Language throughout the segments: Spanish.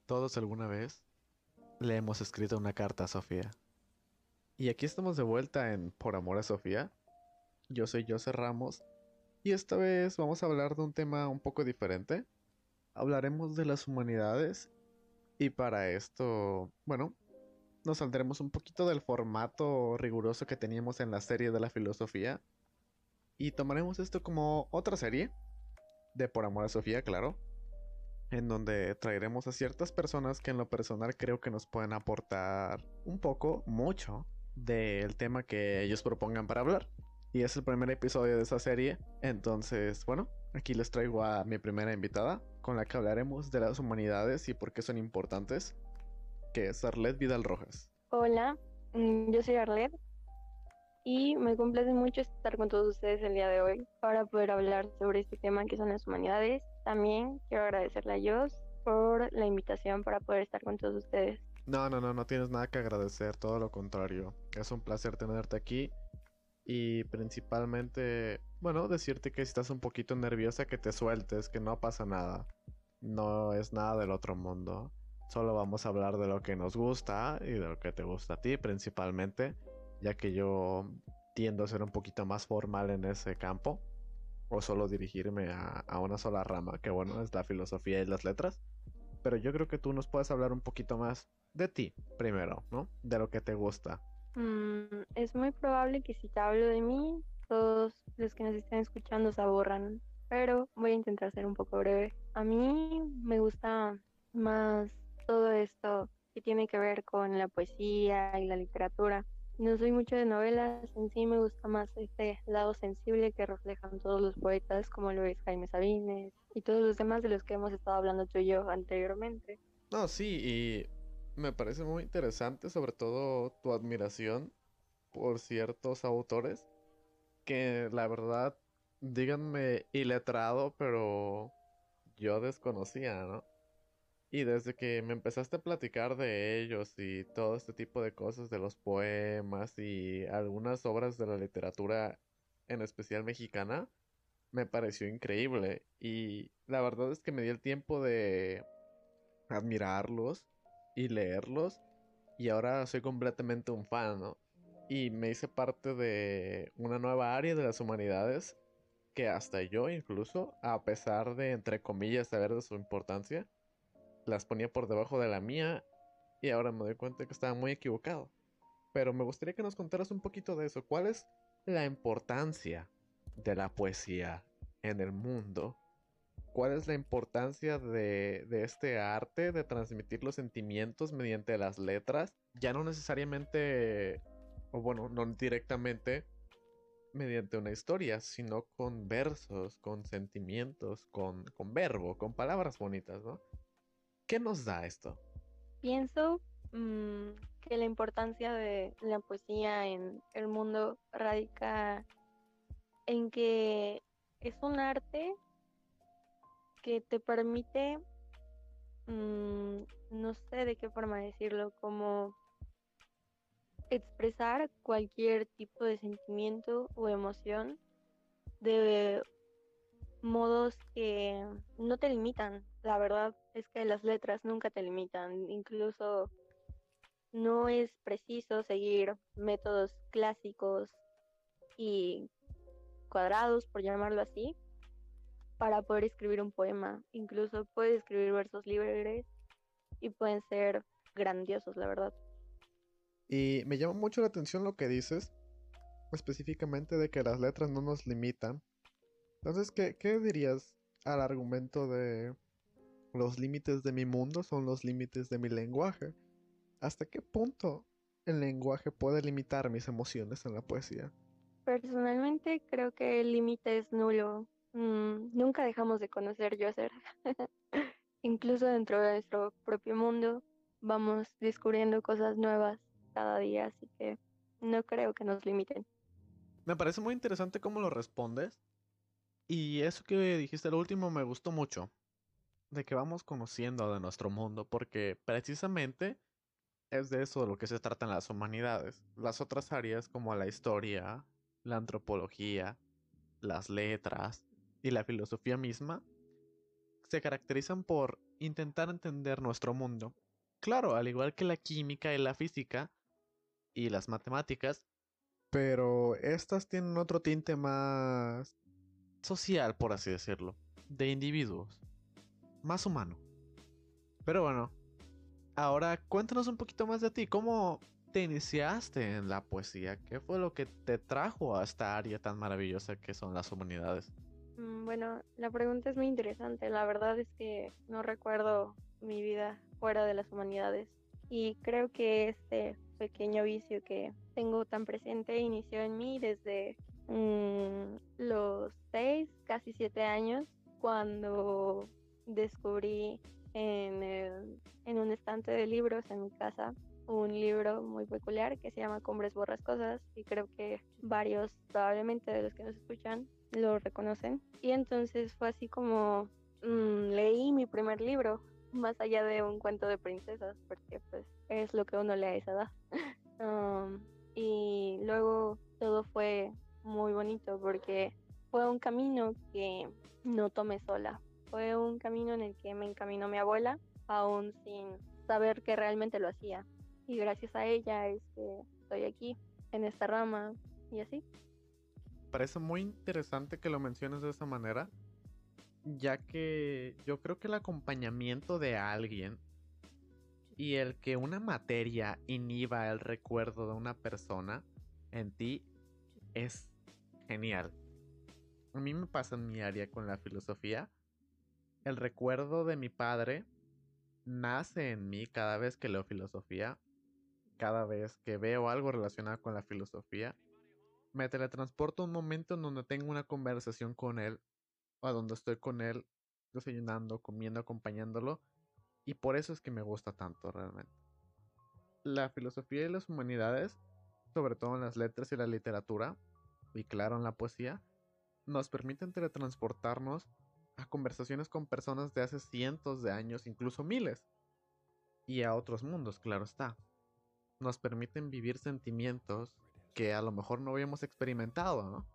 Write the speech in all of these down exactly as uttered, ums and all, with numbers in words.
Todos alguna vez le hemos escrito una carta a Sofía. Y aquí estamos de vuelta en Por Amor a Sofía. Yo soy José Ramos y esta vez vamos a hablar de un tema un poco diferente. Hablaremos de las humanidades y para esto, bueno, nos saldremos un poquito del formato riguroso que teníamos en la serie de la filosofía y tomaremos esto como otra serie de Por Amor a Sofía, claro, en donde traeremos a ciertas personas que en lo personal creo que nos pueden aportar un poco, mucho, del tema que ellos propongan para hablar. Y es el primer episodio de esa serie, entonces, bueno, aquí les traigo a mi primera invitada, con la que hablaremos de las humanidades y por qué son importantes, que es Arlet Vidal Rojas. Hola, mm, yo soy Arlet y me complace mucho estar con todos ustedes el día de hoy para poder hablar sobre este tema que son las humanidades. También quiero agradecerle a Jos por la invitación para poder estar con todos ustedes. No, no, no, no tienes nada que agradecer, todo lo contrario. Es un placer tenerte aquí. Y principalmente, bueno, decirte que si estás un poquito nerviosa, que te sueltes, que no pasa nada. No es nada del otro mundo. Solo vamos a hablar de lo que nos gusta y de lo que te gusta a ti principalmente, ya que yo tiendo a ser un poquito más formal en ese campo, o solo dirigirme a, a una sola rama, que bueno, es la filosofía y las letras. Pero yo creo que tú nos puedes hablar un poquito más de ti primero, ¿no? De lo que te gusta. Mm, es muy probable que si te hablo de mí, todos los que nos estén escuchando se aburran, pero voy a intentar ser un poco breve. A mí me gusta más todo esto que tiene que ver con la poesía y la literatura. No soy mucho de novelas, en sí me gusta más este lado sensible que reflejan todos los poetas, como lo es Jaime Sabines y todos los demás de los que hemos estado hablando tú y yo anteriormente. No, sí, y me parece muy interesante, sobre todo tu admiración por ciertos autores que la verdad, díganme iletrado, pero yo desconocía, ¿no? Y desde que me empezaste a platicar de ellos y todo este tipo de cosas, de los poemas y algunas obras de la literatura, en especial mexicana, me pareció increíble. Y la verdad es que me di el tiempo de admirarlos y leerlos. Y ahora soy completamente un fan, ¿no? Y me hice parte de una nueva área de las humanidades que hasta yo incluso, a pesar de, entre comillas, saber de su importancia, las ponía por debajo de la mía y ahora me doy cuenta que estaba muy equivocado. Pero me gustaría que nos contaras un poquito de eso. ¿Cuál es la importancia de la poesía en el mundo? ¿Cuál es la importancia de, de este arte de transmitir los sentimientos mediante las letras? Ya no necesariamente, o bueno, no directamente mediante una historia, sino con versos, con sentimientos, con, con verbo, con palabras bonitas, ¿no? ¿Qué nos da esto? Pienso mm, que la importancia de la poesía en el mundo radica en que es un arte que te permite, mm, no sé de qué forma decirlo, como expresar cualquier tipo de sentimiento o emoción de modos que no te limitan. La verdad es que las letras nunca te limitan, incluso no es preciso seguir métodos clásicos y cuadrados, por llamarlo así, para poder escribir un poema. Incluso puedes escribir versos libres y pueden ser grandiosos, la verdad. Y me llama mucho la atención lo que dices, específicamente de que las letras no nos limitan. Entonces, ¿qué, qué dirías al argumento de los límites de mi mundo son los límites de mi lenguaje? ¿Hasta qué punto el lenguaje puede limitar mis emociones en la poesía? Personalmente creo que el límite es nulo. Mm, nunca dejamos de conocer Yoser. Incluso dentro de nuestro propio mundo vamos descubriendo cosas nuevas cada día, así que no creo que nos limiten. Me parece muy interesante cómo lo respondes. Y eso que dijiste lo último me gustó mucho. De que vamos conociendo de nuestro mundo, porque precisamente es de eso de lo que se tratan las humanidades. Las otras áreas como la historia, la antropología, las letras y la filosofía misma se caracterizan por intentar entender nuestro mundo. Claro, al igual que la química y la física y las matemáticas, pero estas tienen otro tinte más social, por así decirlo, de individuos, más humano. Pero bueno, ahora cuéntanos un poquito más de ti. ¿Cómo te iniciaste en la poesía? ¿Qué fue lo que te trajo a esta área tan maravillosa que son las humanidades? Mm, Bueno, la pregunta es muy interesante. La verdad es que no recuerdo mi vida fuera de las humanidades y creo que este pequeño vicio que tengo tan presente inició en mí desde mm, los seis, casi siete años, cuando descubrí en, el- en un estante de libros en mi casa un libro muy peculiar que se llama Cumbres Borrascosas y creo que varios probablemente de los que nos escuchan lo reconocen. Y entonces fue así como mm, leí mi primer libro, más allá de un cuento de princesas, porque pues es lo que uno lee a esa edad. Um, y luego todo fue muy bonito porque fue un camino que no tomé sola. Fue un camino en el que me encaminó mi abuela, aún sin saber que realmente lo hacía. Y gracias a ella es que estoy aquí, en esta rama, y así. Parece muy interesante que lo menciones de esa manera, ya que yo creo que el acompañamiento de alguien y el que una materia inhiba el recuerdo de una persona en ti es genial. A mí me pasa en mi área con la filosofía. El recuerdo de mi padre nace en mí cada vez que leo filosofía, cada vez que veo algo relacionado con la filosofía. Me teletransporto a un momento en donde tengo una conversación con él, o a donde estoy con él desayunando, comiendo, acompañándolo, y por eso es que me gusta tanto realmente. La filosofía y las humanidades, sobre todo en las letras y la literatura, y claro en la poesía, nos permiten teletransportarnos a conversaciones con personas de hace cientos de años, incluso miles, y a otros mundos, claro está. Nos permiten vivir sentimientos que a lo mejor no habíamos experimentado, ¿no?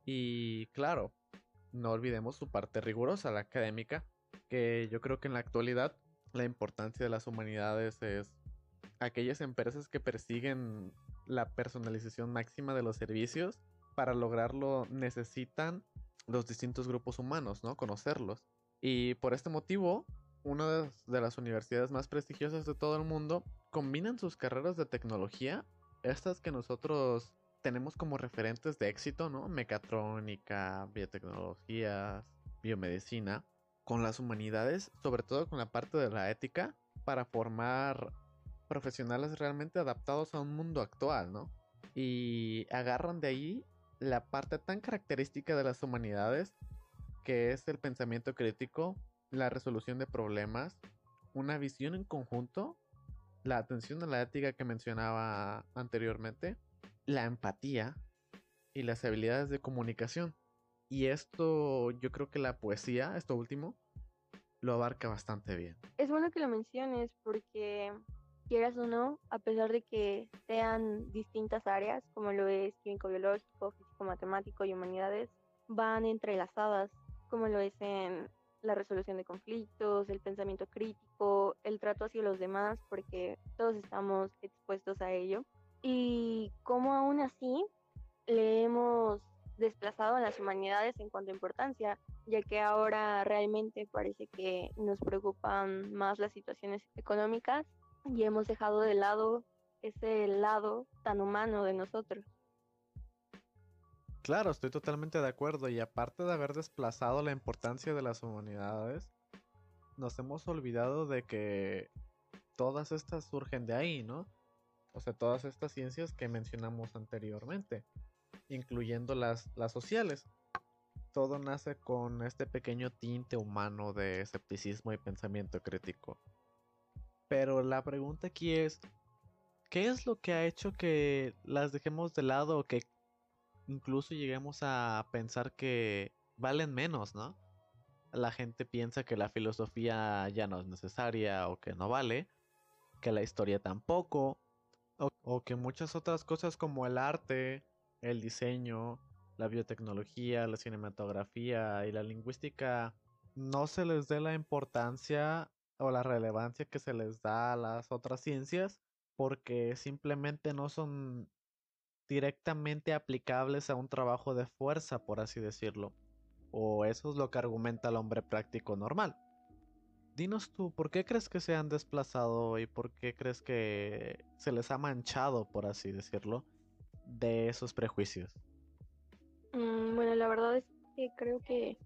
Y claro, no olvidemos su parte rigurosa, la académica, que yo creo que en la actualidad la importancia de las humanidades es aquellas empresas que persiguen la personalización máxima de los servicios. Para lograrlo necesitan los distintos grupos humanos, ¿no? Conocerlos. Y por este motivo, una de las universidades más prestigiosas de todo el mundo combinan sus carreras de tecnología, estas que nosotros tenemos como referentes de éxito, ¿no? Mecatrónica, biotecnologías, biomedicina, con las humanidades, sobre todo con la parte de la ética, para formar profesionales realmente adaptados a un mundo actual, ¿no? Y agarran de ahí la parte tan característica de las humanidades, que es el pensamiento crítico, la resolución de problemas, una visión en conjunto, la atención a la ética que mencionaba anteriormente, la empatía y las habilidades de comunicación. Y esto, yo creo que la poesía, esto último, lo abarca bastante bien. Es bueno que lo menciones porque, quieras o no, a pesar de que sean distintas áreas, como lo es químico-biológico, físico-matemático y humanidades, van entrelazadas, como lo es en la resolución de conflictos, el pensamiento crítico, el trato hacia los demás, porque todos estamos expuestos a ello. Y cómo aún así le hemos desplazado a las humanidades en cuanto a importancia, ya que ahora realmente parece que nos preocupan más las situaciones económicas y hemos dejado de lado ese lado tan humano de nosotros. Claro, estoy totalmente de acuerdo y aparte de haber desplazado la importancia de las humanidades, nos hemos olvidado de que todas estas surgen de ahí, ¿no? O sea, todas estas ciencias que mencionamos anteriormente, incluyendo las, las sociales. Todo nace con este pequeño tinte humano de escepticismo y pensamiento crítico. Pero la pregunta aquí es, ¿qué es lo que ha hecho que las dejemos de lado o que incluso lleguemos a pensar que valen menos, ¿no? La gente piensa que la filosofía ya no es necesaria o que no vale, que la historia tampoco, o, o que muchas otras cosas como el arte, el diseño, la biotecnología, la cinematografía y la lingüística no se les dé la importancia o la relevancia que se les da a las otras ciencias porque simplemente no son directamente aplicables a un trabajo de fuerza, por así decirlo. O eso es lo que argumenta el hombre práctico normal. Dinos tú, ¿por qué crees que se han desplazado y por qué crees que se les ha manchado, por así decirlo, de esos prejuicios? Mm, bueno, la verdad es que creo que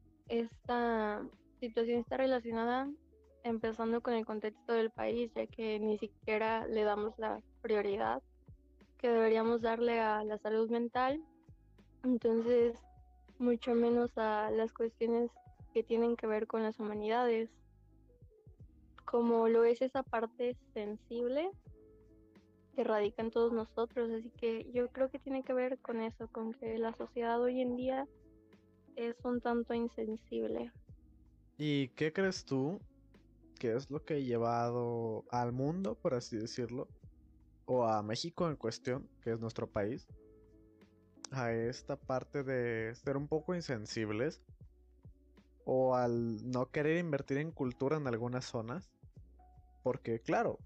esta situación está relacionada empezando con el contexto del país, ya que ni siquiera le damos la prioridad que deberíamos darle a la salud mental, entonces mucho menos a las cuestiones que tienen que ver con las humanidades, como lo es esa parte sensible que radica en todos nosotros, así que yo creo que tiene que ver con eso, con que la sociedad hoy en día es un tanto insensible. ¿Y qué crees tú que es lo que ha llevado al mundo, por así decirlo, o a México en cuestión, que es nuestro país, a esta parte de ser un poco insensibles o al no querer invertir en cultura en algunas zonas? Porque claro,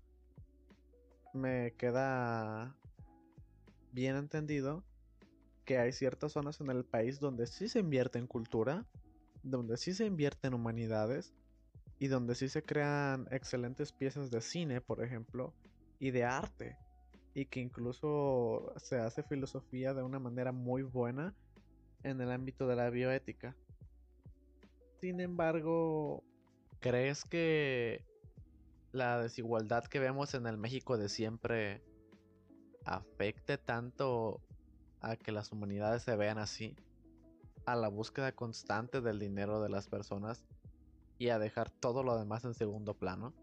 me queda bien entendido que hay ciertas zonas en el país donde sí se invierte en cultura, donde sí se invierte en humanidades y donde sí se crean excelentes piezas de cine, por ejemplo, y de arte, y que incluso se hace filosofía de una manera muy buena en el ámbito de la bioética. Sin embargo, ¿crees que la desigualdad que vemos en el México de siempre afecte tanto a que las humanidades se vean así, a la búsqueda constante del dinero de las personas y a dejar todo lo demás en segundo plano?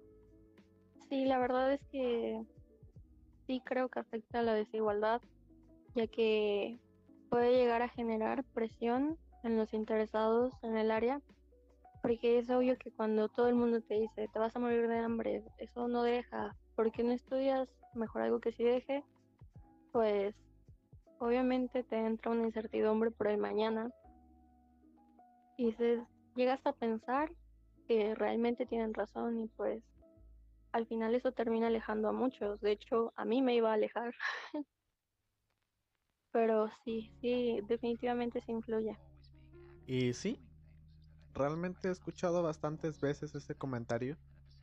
Sí, la verdad es que sí creo que afecta a la desigualdad, ya que puede llegar a generar presión en los interesados en el área, porque es obvio que cuando todo el mundo te dice te vas a morir de hambre, eso no deja, ¿por qué no estudias mejor algo que sí deje? Pues obviamente te entra una incertidumbre por el mañana y dices, llegas a pensar que realmente tienen razón y pues al final eso termina alejando a muchos. De hecho, a mí me iba a alejar, pero sí, sí, definitivamente se influye. Y sí, realmente he escuchado bastantes veces ese comentario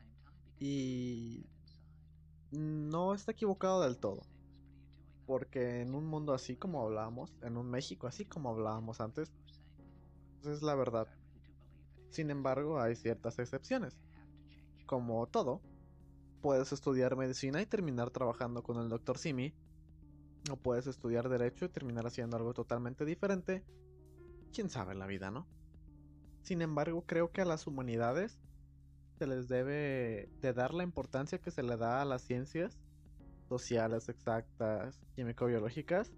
y no está equivocado del todo, porque en un mundo así como hablábamos, en un México así como hablábamos antes, pues es la verdad. Sin embargo, hay ciertas excepciones. Como todo, puedes estudiar medicina y terminar trabajando con el doctor Simi, o puedes estudiar derecho y terminar haciendo algo totalmente diferente. Quién sabe en la vida, ¿no? Sin embargo, creo que a las humanidades se les debe de dar la importancia que se le da a las ciencias sociales, exactas, químico-biológicas,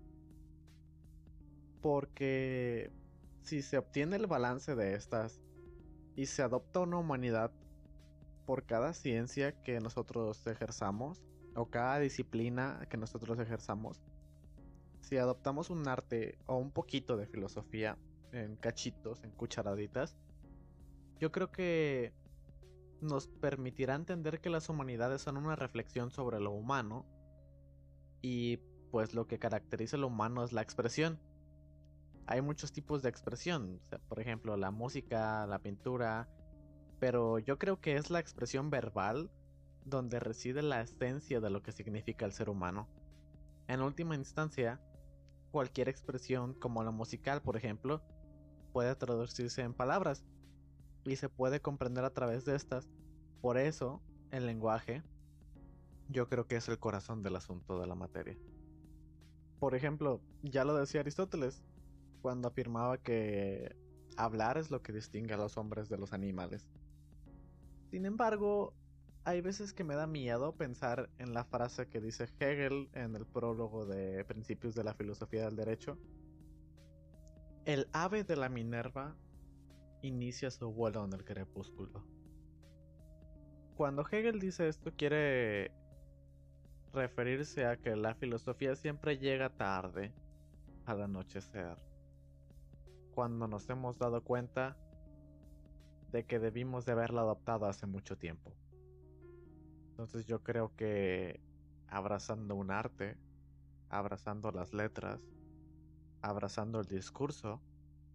porque si se obtiene el balance de estas y se adopta una humanidad por cada ciencia que nosotros ejerzamos o cada disciplina que nosotros ejerzamos, si adoptamos un arte o un poquito de filosofía en cachitos, en cucharaditas, yo creo que nos permitirá entender que las humanidades son una reflexión sobre lo humano y pues lo que caracteriza lo humano es la expresión. Hay muchos tipos de expresión, o sea, por ejemplo, la música, la pintura, pero yo creo que es la expresión verbal donde reside la esencia de lo que significa el ser humano. En última instancia, cualquier expresión como la musical, por ejemplo, puede traducirse en palabras y se puede comprender a través de estas. Por eso, el lenguaje, yo creo que es el corazón del asunto de la materia. Por ejemplo, ya lo decía Aristóteles, cuando afirmaba que hablar es lo que distingue a los hombres de los animales. Sin embargo, hay veces que me da miedo pensar en la frase que dice Hegel en el prólogo de Principios de la Filosofía del Derecho. El ave de la Minerva inicia su vuelo en el crepúsculo. Cuando Hegel dice esto quiere referirse a que la filosofía siempre llega tarde, al anochecer, cuando nos hemos dado cuenta de que debimos de haberla adoptado hace mucho tiempo. Entonces yo creo que abrazando un arte, abrazando las letras, abrazando el discurso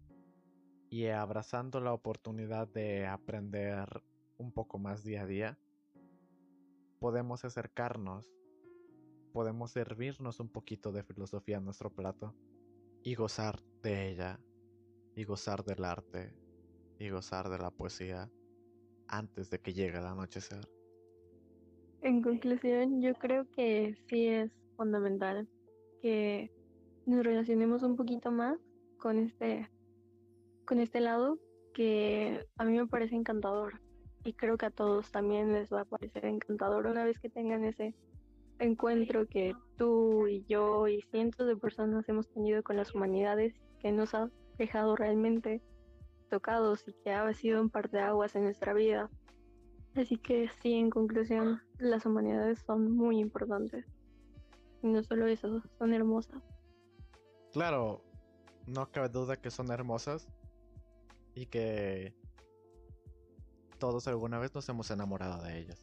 y abrazando la oportunidad de aprender un poco más día a día, podemos acercarnos, podemos servirnos un poquito de filosofía en nuestro plato y gozar de ella, y gozar del arte, y gozar de la poesía antes de que llegue el anochecer. En conclusión, yo creo que sí es fundamental que nos relacionemos un poquito más con este, con este lado que a mí me parece encantador y creo que a todos también les va a parecer encantador una vez que tengan ese encuentro que tú y yo y cientos de personas hemos tenido con las humanidades, que nos ha dejado realmente tocados y que ha sido un parteaguas en nuestra vida. Así que sí, en conclusión, las humanidades son muy importantes. Y no solo eso, son hermosas. Claro, no cabe duda que son hermosas y que todos alguna vez nos hemos enamorado de ellas.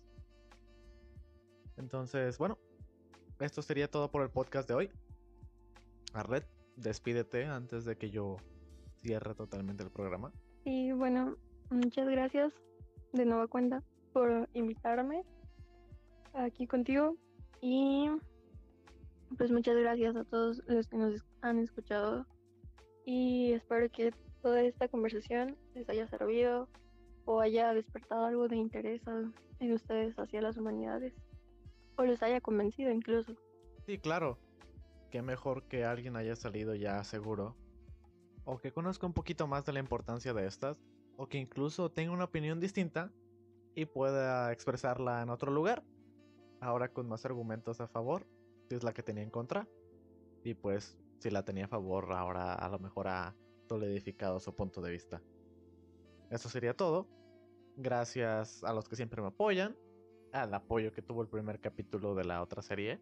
Entonces, bueno, esto sería todo por el podcast de hoy. Arlet, despídete antes de que yo cierre totalmente el programa. Y bueno, muchas gracias de nueva cuenta por invitarme aquí contigo. Y pues muchas gracias a todos los que nos han escuchado. Y espero que toda esta conversación les haya servido o haya despertado algo de interés en ustedes hacia las humanidades. O les haya convencido incluso. Sí, claro. Qué mejor que alguien haya salido ya seguro, o que conozca un poquito más de la importancia de estas, o que incluso tenga una opinión distinta y pueda expresarla en otro lugar, ahora con más argumentos a favor, si es la que tenía en contra, y pues si la tenía a favor, ahora a lo mejor ha solidificado su punto de vista. Eso sería todo. Gracias a los que siempre me apoyan, al apoyo que tuvo el primer capítulo de la otra serie,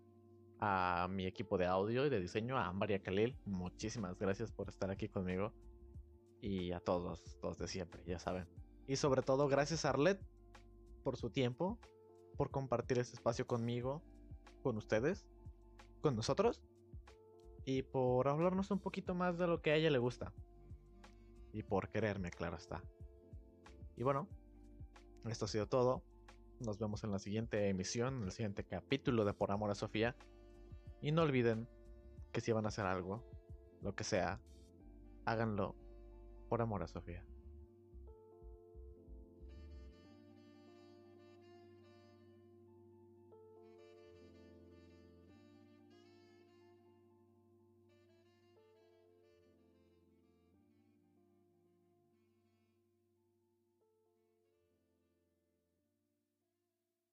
a mi equipo de audio y de diseño, a Ámbar y a Khalil, muchísimas gracias por estar aquí conmigo, y a todos, todos de siempre, ya saben. Y sobre todo gracias a Arlet por su tiempo, por compartir este espacio conmigo, con ustedes, con nosotros, y por hablarnos un poquito más de lo que a ella le gusta. Y por quererme, claro está. Y bueno, esto ha sido todo. Nos vemos en la siguiente emisión, en el siguiente capítulo de Por Amor a Sofía. Y no olviden que si van a hacer algo, lo que sea, háganlo por amor a Sofía.